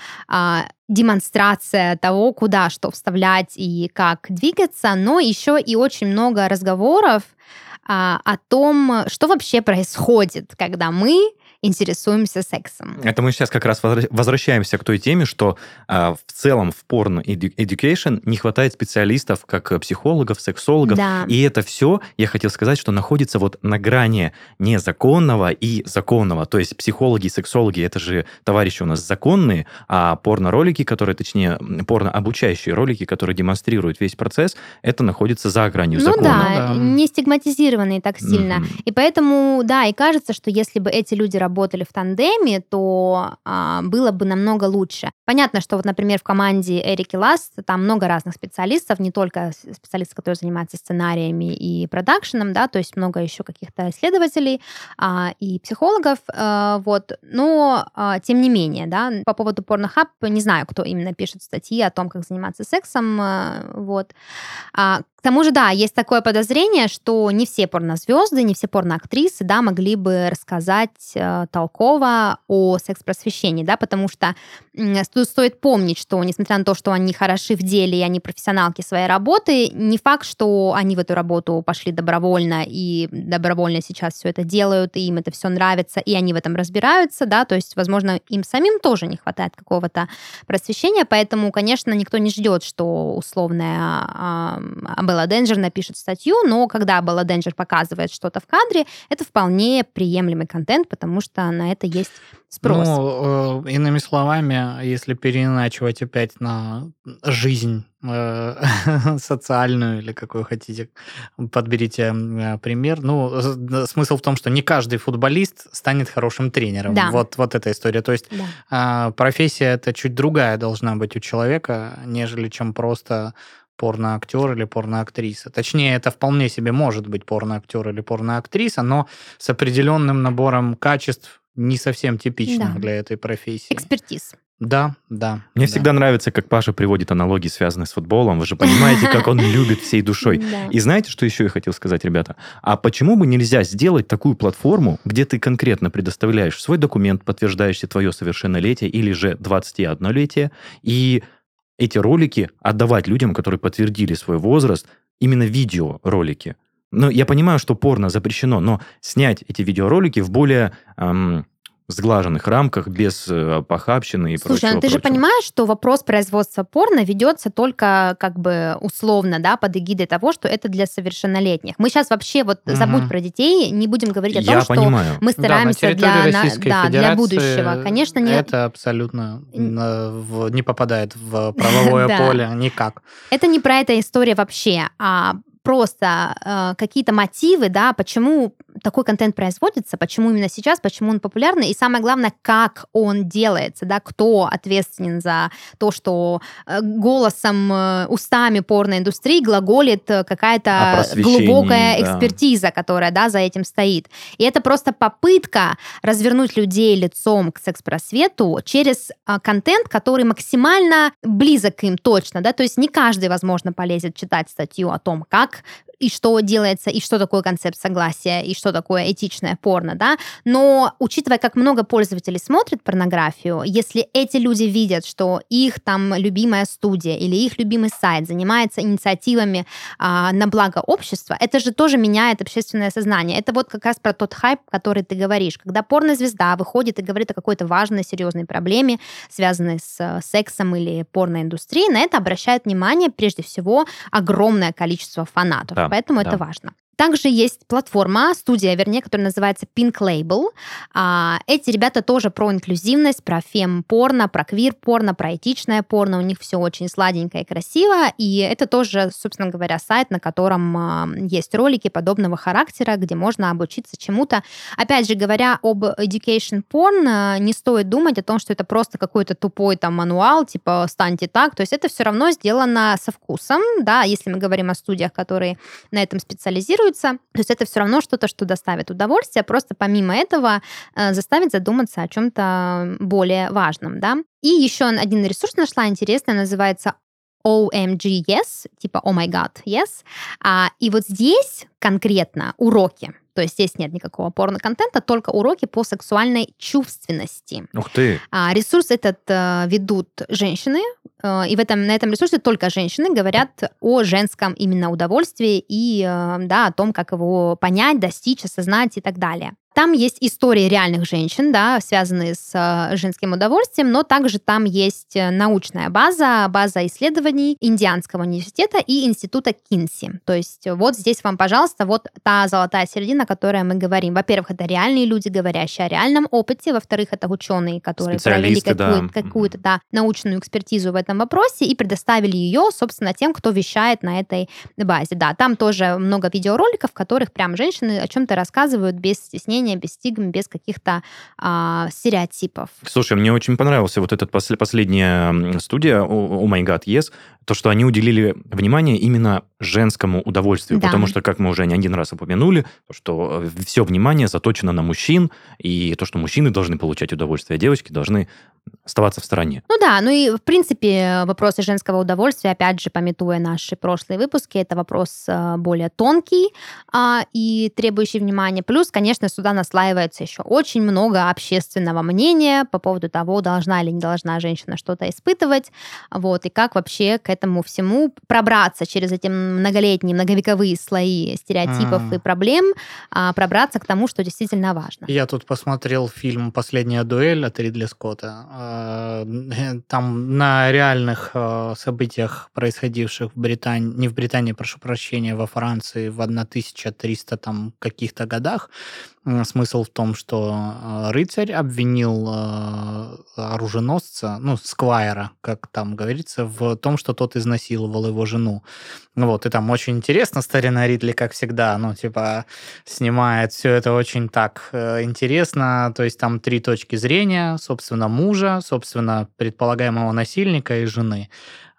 демонстрация того, куда что вставлять и как двигаться, но еще и очень много разговоров о том, что вообще происходит, когда мы интересуемся сексом. Это мы сейчас как раз возвращаемся к той теме, что в целом в porn education не хватает специалистов, как психологов, сексологов. Да. И это все, я хотел сказать, что находится вот на грани незаконного и законного. То есть психологи и сексологи, это же товарищи у нас законные, а порно-ролики, точнее, порно-обучающие ролики, которые демонстрируют весь процесс, это находится за гранью закона. Не стигматизированные так сильно. И поэтому, да, и кажется, что если бы эти люди работали в тандеме, то было бы намного лучше. Понятно, что вот, например, в команде Эрики Лас там много разных специалистов, не только специалисты, которые занимаются сценариями и продакшеном, да, то есть много еще каких-то исследователей и психологов, вот, но тем не менее, да, по поводу Pornhub, не знаю, кто именно пишет статьи о том, как заниматься сексом, вот. К тому же, да, есть такое подозрение, что не все порнозвезды, не все порноактрисы, да, могли бы рассказать толково о секс-просвещении, да, потому что тут стоит помнить, что несмотря на то, что они хороши в деле и они профессионалки своей работы, не факт, что они в эту работу пошли добровольно и добровольно сейчас все это делают, и им это все нравится, и они в этом разбираются, да, то есть, возможно, им самим тоже не хватает какого-то просвещения, поэтому, конечно, никто не ждет, что условная Белла Денджер напишет статью, но когда Белла Денджер показывает что-то в кадре, это вполне приемлемый контент, потому что на это есть спрос. Ну, иными словами, если переиначивать опять на жизнь социальную или какую хотите, подберите пример. Ну, смысл в том, что не каждый футболист станет хорошим тренером. Да. Вот эта история. То есть профессия это чуть другая должна быть у человека, нежели чем просто порноактер или порноактриса. Точнее, это вполне себе может быть порноактер или порноактриса, но с определенным набором качеств, не совсем типичных для этой профессии. Экспертиз. Да. Мне всегда нравится, как Паша приводит аналогии, связанные с футболом. Вы же понимаете, как он любит всей душой. И знаете, что еще я хотел сказать, ребята? А почему бы нельзя сделать такую платформу, где ты конкретно предоставляешь свой документ, подтверждающий твое совершеннолетие или же 21-летие, и эти ролики отдавать людям, которые подтвердили свой возраст, именно видеоролики. Ну, я понимаю, что порно запрещено, но снять эти видеоролики в более сглаженных рамках, без похабщины и прочего. Слушай, ну ты же понимаешь, что вопрос производства порно ведется только как бы условно, да, под эгидой того, что это для совершеннолетних. Мы сейчас вообще забудь про детей, не будем говорить о том, что мы стараемся для будущего. Конечно, нет. Это абсолютно не попадает в правовое поле никак. Это не про эту историю вообще, а просто какие-то мотивы, да, почему такой контент производится, почему именно сейчас, почему он популярный, и самое главное, как он делается, да, кто ответственен за то, что голосом, устами порноиндустрии глаголит какая-то глубокая экспертиза, которая, да, за этим стоит. И это просто попытка развернуть людей лицом к секс-просвету через контент, который максимально близок к им точно, да, то есть не каждый, возможно, полезет читать статью о том, как и что делается, и что такое концепт согласия, и что такое этичное порно, да, но учитывая, как много пользователей смотрят порнографию, если эти люди видят, что их там любимая студия или их любимый сайт занимается инициативами на благо общества, это же тоже меняет общественное сознание. Это вот как раз про тот хайп, который ты говоришь, когда порнозвезда выходит и говорит о какой-то важной, серьезной проблеме, связанной с сексом или порноиндустрией, на это обращает внимание прежде всего огромное количество фанатов. Поэтому это важно. Также есть платформа, студия, вернее, которая называется Pink Label. Эти ребята тоже про инклюзивность, про фем-порно, про квир-порно, про этичное порно. У них все очень сладенько и красиво. И это тоже, собственно говоря, сайт, на котором есть ролики подобного характера, где можно обучиться чему-то. Опять же, говоря об education porn, не стоит думать о том, что это просто какой-то тупой там мануал, типа «станьте так». То есть это все равно сделано со вкусом, да, если мы говорим о студиях, которые на этом специализируются. То есть это все равно что-то, что доставит удовольствие, просто помимо этого заставит задуматься о чем-то более важном, да. И еще один ресурс нашла интересный, называется OMG Yes, типа Oh My God Yes. И вот здесь конкретно уроки. То есть здесь нет никакого порно-контента, только уроки по сексуальной чувственности. Ух ты! Ресурс этот ведут женщины, и на этом ресурсе только женщины говорят о женском именно удовольствии и да, о том, как его понять, достичь, осознать и так далее. Там есть истории реальных женщин, да, связанные с женским удовольствием, но также там есть научная база исследований Индианского университета и института Кинси. То есть вот здесь вам, пожалуйста, вот та золотая середина, о которой мы говорим. Во-первых, это реальные люди, говорящие о реальном опыте. Во-вторых, это ученые, которые провели какую-то да, научную экспертизу в этом вопросе и предоставили ее, собственно, тем, кто вещает на этой базе. Да, там тоже много видеороликов, в которых прям женщины о чем-то рассказывают без стеснения, без стигм, без каких-то стереотипов. Слушай, мне очень понравился вот эта последняя студия Oh My God Yes, то, что они уделили внимание именно женскому удовольствию, да. Потому что, как мы уже не один раз упомянули, что все внимание заточено на мужчин, и то, что мужчины должны получать удовольствие, а девочки должны оставаться в стороне. Ну да, ну и в принципе вопросы женского удовольствия, опять же, памятуя наши прошлые выпуски, это вопрос более тонкий и требующий внимания. Плюс, конечно, сюда наслаивается еще очень много общественного мнения по поводу того, должна или не должна женщина что-то испытывать, вот, и как вообще к этому всему пробраться через эти многолетние, многовековые слои стереотипов и проблем, пробраться к тому, что действительно важно. Я тут посмотрел фильм «Последняя дуэль» от Ридли Скотта. Там на реальных событиях, происходивших в Британии, не в Британии, прошу прощения, во Франции в 1300 там каких-то годах, смысл в том, что рыцарь обвинил оруженосца, ну, сквайра, как там говорится, в том, что тот изнасиловал его жену. Вот, и там очень интересно, старина Ридли, как всегда, ну, типа, снимает все это очень так интересно, то есть там 3 точки зрения, собственно, мужа, собственно, предполагаемого насильника и жены.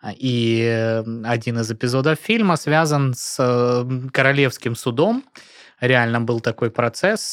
И один из эпизодов фильма связан с королевским судом. Реально был такой процесс,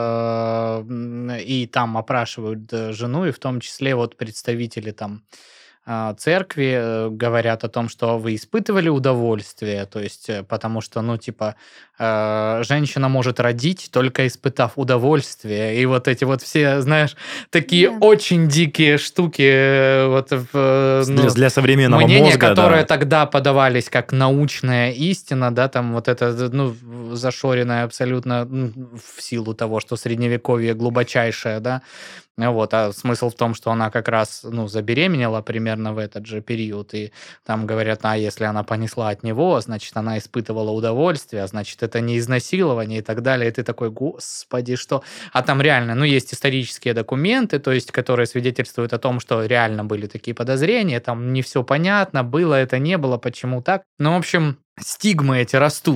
и там опрашивают жену, и в том числе вот представители там церкви говорят о том, что вы испытывали удовольствие, то есть потому что, ну, типа, женщина может родить, только испытав удовольствие. И вот эти вот все, знаешь, такие очень дикие штуки вот, для современного мнения, мозга, которые тогда подавались как научная истина, да, там вот это, ну, зашоренное абсолютно в силу того, что средневековье глубочайшее, да. Вот, а смысл в том, что она как раз, ну, забеременела примерно в этот же период, и там говорят, если она понесла от него, значит, она испытывала удовольствие, значит, это не изнасилование и так далее, и ты такой, господи, что... А там реально, ну, есть исторические документы, то есть, которые свидетельствуют о том, что реально были такие подозрения, там не все понятно, было это, не было, почему так. Ну, в общем, стигмы эти растут.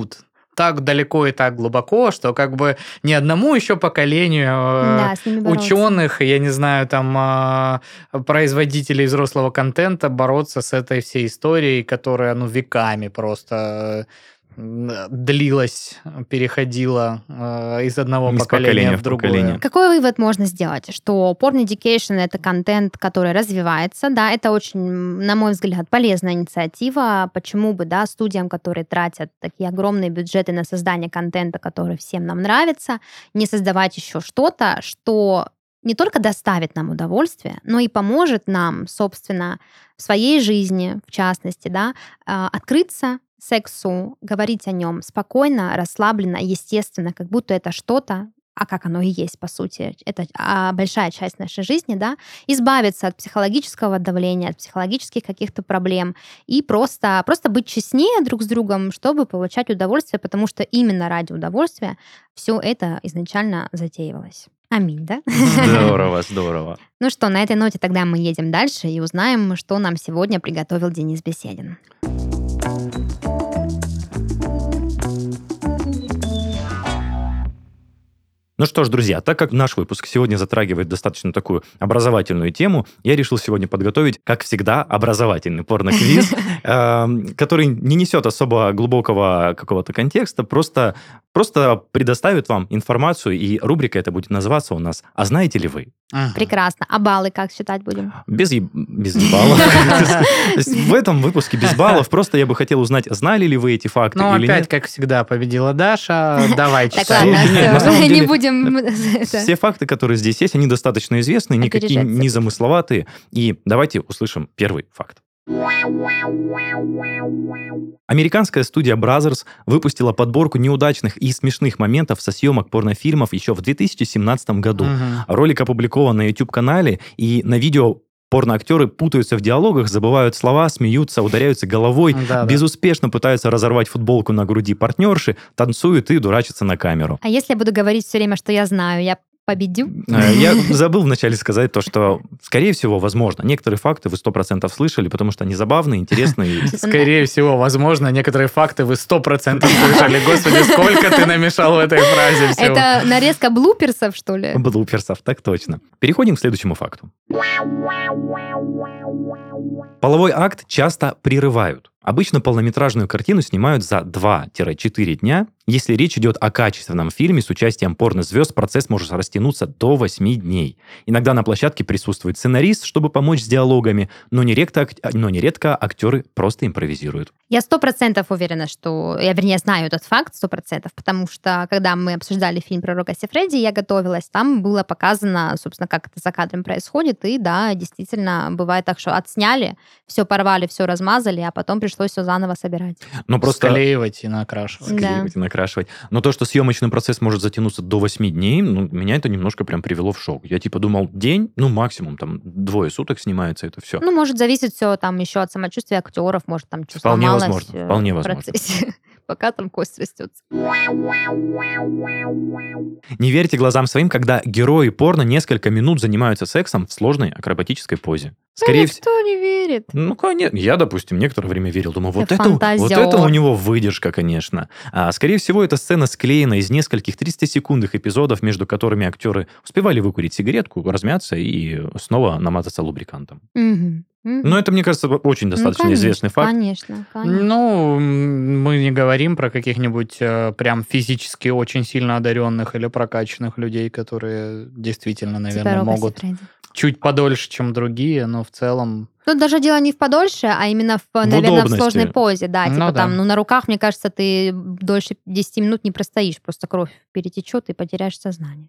так далеко и так глубоко, что как бы ни одному еще поколению ученых, я не знаю, там производителей взрослого контента бороться с этой всей историей, которая, веками просто длилась, переходила из одного поколения в другое. Поколение. Какой вывод можно сделать? Что porn education — это контент, который развивается, да, это очень, на мой взгляд, полезная инициатива. Почему бы, да, студиям, которые тратят такие огромные бюджеты на создание контента, который всем нам нравится, не создавать еще что-то, что не только доставит нам удовольствие, но и поможет нам, собственно, в своей жизни, в частности, да, открыться сексу, говорить о нем спокойно, расслабленно, естественно, как будто это что-то, а как оно и есть, по сути, это большая часть нашей жизни, да, избавиться от психологического давления, от психологических каких-то проблем и просто быть честнее друг с другом, чтобы получать удовольствие, потому что именно ради удовольствия все это изначально затеивалось. Аминь, да? Здорово, здорово. Ну что, на этой ноте тогда мы едем дальше и узнаем, что нам сегодня приготовил Денис Беседин. Ну что ж, друзья, так как наш выпуск сегодня затрагивает достаточно такую образовательную тему, я решил сегодня подготовить, как всегда, образовательный порно-квиз, который не несет особо глубокого какого-то контекста, просто предоставит вам информацию, и рубрика эта будет называться у нас «А знаете ли вы?». Прекрасно. А баллы как считать будем? Без баллов. В этом выпуске без баллов. Просто я бы хотел узнать, знали ли вы эти факты или нет. Ну, опять, как всегда, победила Даша. Давай, читай. Так, ладно, не будем... Все факты, которые здесь есть, они достаточно известны, никакие не замысловатые. И давайте услышим первый факт. Американская студия Brazzers выпустила подборку неудачных и смешных моментов со съемок порнофильмов еще в 2017 году. Ролик опубликован на YouTube-канале, и на видео порноактеры путаются в диалогах, забывают слова, смеются, ударяются головой, безуспешно пытаются разорвать футболку на груди партнерши, танцуют и дурачатся на камеру. А если я буду говорить все время, что я знаю, я победю? Я забыл вначале сказать то, что, скорее всего, возможно, некоторые факты вы 100% слышали, потому что они забавные, интересные. Скорее всего, возможно, некоторые факты вы 100% слышали. Господи, сколько ты намешал в этой фразе всего. Это нарезка блуперсов, что ли? Блуперсов, так точно. Переходим к следующему факту. Половой акт часто прерывают. Обычно полнометражную картину снимают за 2-4 дня. Если речь идет о качественном фильме с участием порнозвезд, процесс может растянуться до 8 дней. Иногда на площадке присутствует сценарист, чтобы помочь с диалогами, но нередко актеры просто импровизируют. Я 100% уверена, что... Я знаю этот факт 100%, потому что, когда мы обсуждали фильм «Пророк Сефреди», я готовилась, там было показано, собственно, как это за кадром происходит, и да, действительно, бывает так, что отсняли, все порвали, все размазали, а потом пришлось все заново собирать. Но просто... Склеивать и накрашивать. Но то, что съемочный процесс может затянуться до 8 дней, меня это немножко прям привело в шок. Я думал, день, максимум там 2 суток снимается это все. Может зависеть все там еще от самочувствия актеров, может там что-то сломалось вполне возможно. В процессе, пока там кость растет. Не верьте глазам своим, когда герои порно несколько минут занимаются сексом в сложной акробатической позе. Скорее всего... Никто не верит. Конечно. Я, допустим, некоторое время верил. Думал, вот это у него выдержка, конечно. А скорее всего, эта сцена склеена из нескольких 30-секундных эпизодов, между которыми актеры успевали выкурить сигаретку, размяться и снова намазаться лубрикантом. Но это, мне кажется, очень достаточно известный факт. Конечно. Мы не говорим про каких-нибудь прям физически очень сильно одаренных или прокачанных людей, которые действительно, наверное, могут чуть подольше, чем другие, но в целом... Тут даже дело не в подольше, а именно, наверное, в сложной позе. Да, на руках, мне кажется, ты дольше 10 минут не простоишь, просто кровь перетечет и потеряешь сознание.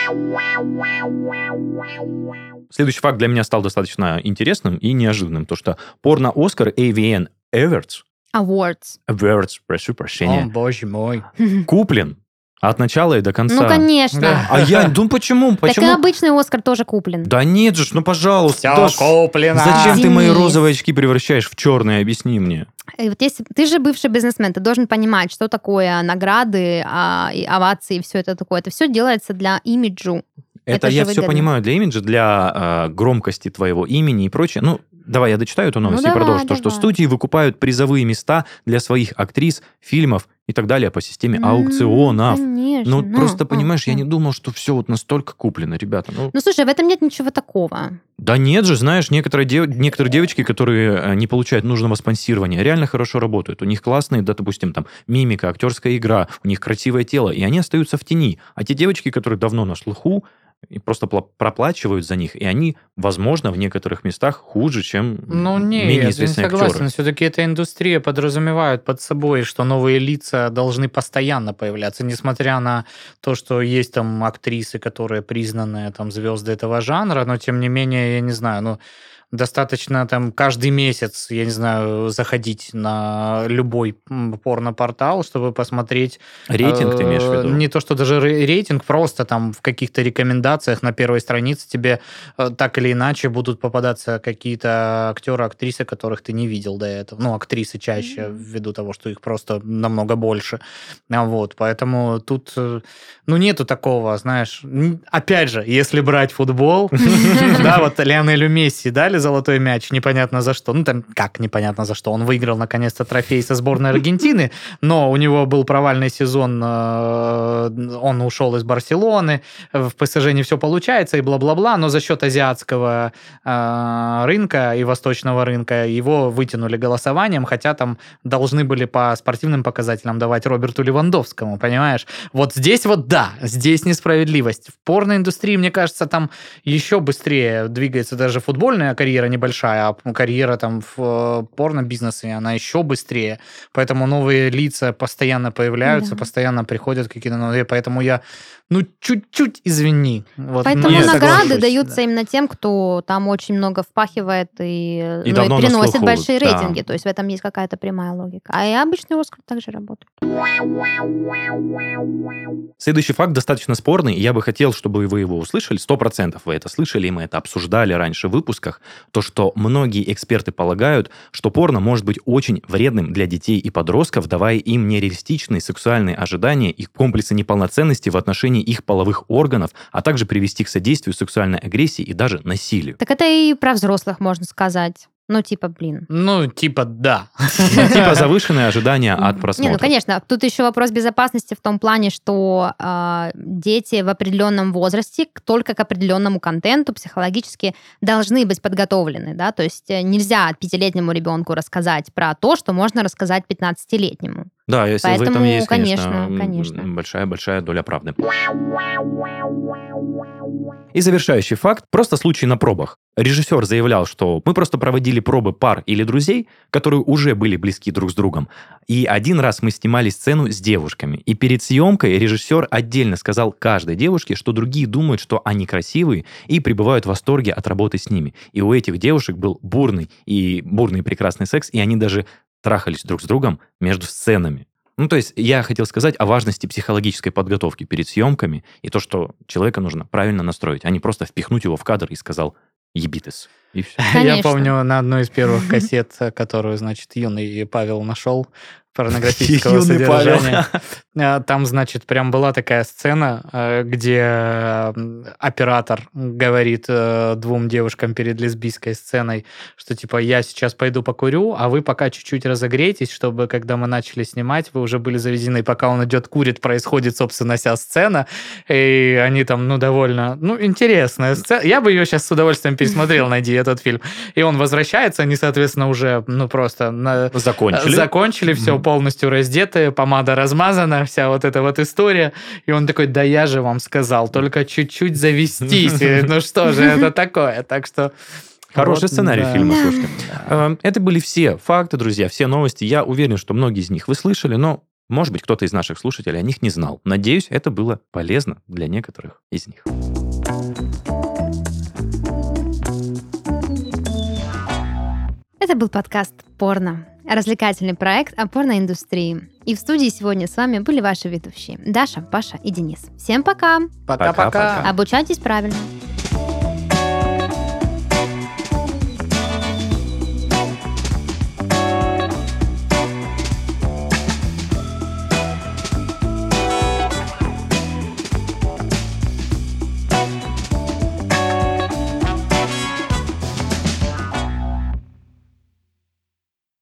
Следующий факт для меня стал достаточно интересным и неожиданным, то что порно-Оскар AVN Awards, прошу прощения. О, боже мой. Куплен от начала и до конца. Ну, конечно. Да. А я думаю, почему? Так и обычный Оскар тоже куплен. Да нет же, пожалуйста. Все куплено. Зачем ты мои розовые очки превращаешь в черные? Объясни мне. Вот если ты же бывший бизнесмен, ты должен понимать, что такое награды, овации и все это такое. Это все делается для имиджа. Это я все понимаю, для имиджа, для громкости твоего имени и прочее. Давай я дочитаю эту новость и продолжу. То, что студии выкупают призовые места для своих актрис, фильмов и так далее по системе аукционов. Конечно. Просто, понимаешь, я не думал, что все вот настолько куплено, ребята. Слушай, в этом нет ничего такого. Да нет же, знаешь, некоторые девочки, которые не получают нужного спонсирования, реально хорошо работают. У них классные, да, допустим, там, мимика, актерская игра, у них красивое тело, и они остаются в тени. А те девочки, которые давно на слуху, и просто проплачивают за них, и они, возможно, в некоторых местах хуже, чем менее известные актеры. Согласен. Все-таки эта индустрия подразумевает под собой, что новые лица должны постоянно появляться, несмотря на то, что есть там актрисы, которые признанные там звезды этого жанра, но тем не менее, я не знаю, достаточно там каждый месяц, я не знаю, заходить на любой порно-портал, чтобы посмотреть... Рейтинг ты имеешь в виду? Не то, что даже рейтинг, просто там в каких-то рекомендациях на первой странице тебе так или иначе будут попадаться какие-то актеры, актрисы, которых ты не видел до этого. Актрисы чаще, ввиду того, что их просто намного больше. Поэтому тут, нету такого, знаешь... Опять же, если брать футбол, да, вот Лионелю Месси дали золотой мяч, непонятно за что. Как непонятно за что? Он выиграл, наконец-то, трофей со сборной Аргентины, но у него был провальный сезон, он ушел из Барселоны, в ПСЖ не все получается и бла-бла-бла, но за счет азиатского рынка и восточного рынка его вытянули голосованием, хотя там должны были по спортивным показателям давать Роберту Левандовскому, понимаешь? Вот здесь здесь несправедливость. В порноиндустрии, мне кажется, там еще быстрее двигается даже футбольная карьера небольшая, а карьера там в порно-бизнесе, она еще быстрее. Поэтому новые лица постоянно появляются, постоянно приходят какие-то новые. Поэтому я, чуть-чуть извини. Поэтому награды даются именно тем, кто там очень много впахивает и приносит большие рейтинги. То есть в этом есть какая-то прямая логика. А и обычный Оскар также работает. Следующий факт достаточно спорный, и я бы хотел, чтобы вы его услышали. 100% вы это слышали, и мы это обсуждали раньше в выпусках. То, что многие эксперты полагают, что порно может быть очень вредным для детей и подростков, давая им нереалистичные сексуальные ожидания и комплексы неполноценности в отношении их половых органов, а также привести к содействию сексуальной агрессии и даже насилию. Так это и про взрослых можно сказать. Да. Завышенные ожидания от просмотра. Конечно. Тут еще вопрос безопасности в том плане, что дети в определенном возрасте только к определенному контенту психологически должны быть подготовлены, да, то есть нельзя 5-летнему ребенку рассказать про то, что можно рассказать 15-летнему. Да, если в этом есть, конечно. большая доля правды. И завершающий факт, просто случай на пробах. Режиссер заявлял, что мы просто проводили пробы пар или друзей, которые уже были близки друг с другом. И один раз мы снимали сцену с девушками. И перед съемкой режиссер отдельно сказал каждой девушке, что другие думают, что они красивые и пребывают в восторге от работы с ними. И у этих девушек был бурный и прекрасный секс, и они даже трахались друг с другом между сценами. То есть я хотел сказать о важности психологической подготовки перед съемками и то, что человека нужно правильно настроить, а не просто впихнуть его в кадр и сказал «ебитес». И все. Я помню на одной из первых кассет, которую, юный Павел нашел, порнографического содержания. Там, прям была такая сцена, где оператор говорит двум девушкам перед лесбийской сценой, что я сейчас пойду покурю, а вы пока чуть-чуть разогрейтесь, чтобы, когда мы начали снимать, вы уже были заведены. Пока он идет, курит, происходит, собственно, вся сцена, и они там, довольно, интересная сцена. Я бы ее сейчас с удовольствием пересмотрел, найди этот фильм. И он возвращается, они, соответственно, уже, просто... Закончили все, полностью раздетые, помада размазана, вся вот эта вот история. И он такой: да я же вам сказал, только чуть-чуть завестись. Что же это такое? Так что... Хороший сценарий фильма, слушайте. Это были все факты, друзья, все новости. Я уверен, что многие из них вы слышали, но, может быть, кто-то из наших слушателей о них не знал. Надеюсь, это было полезно для некоторых из них. Это был подкаст «Порно». Развлекательный проект о порноиндустрии. И в студии сегодня с вами были ваши ведущие Даша, Паша и Денис. Всем пока! Пока-пока! Обучайтесь правильно!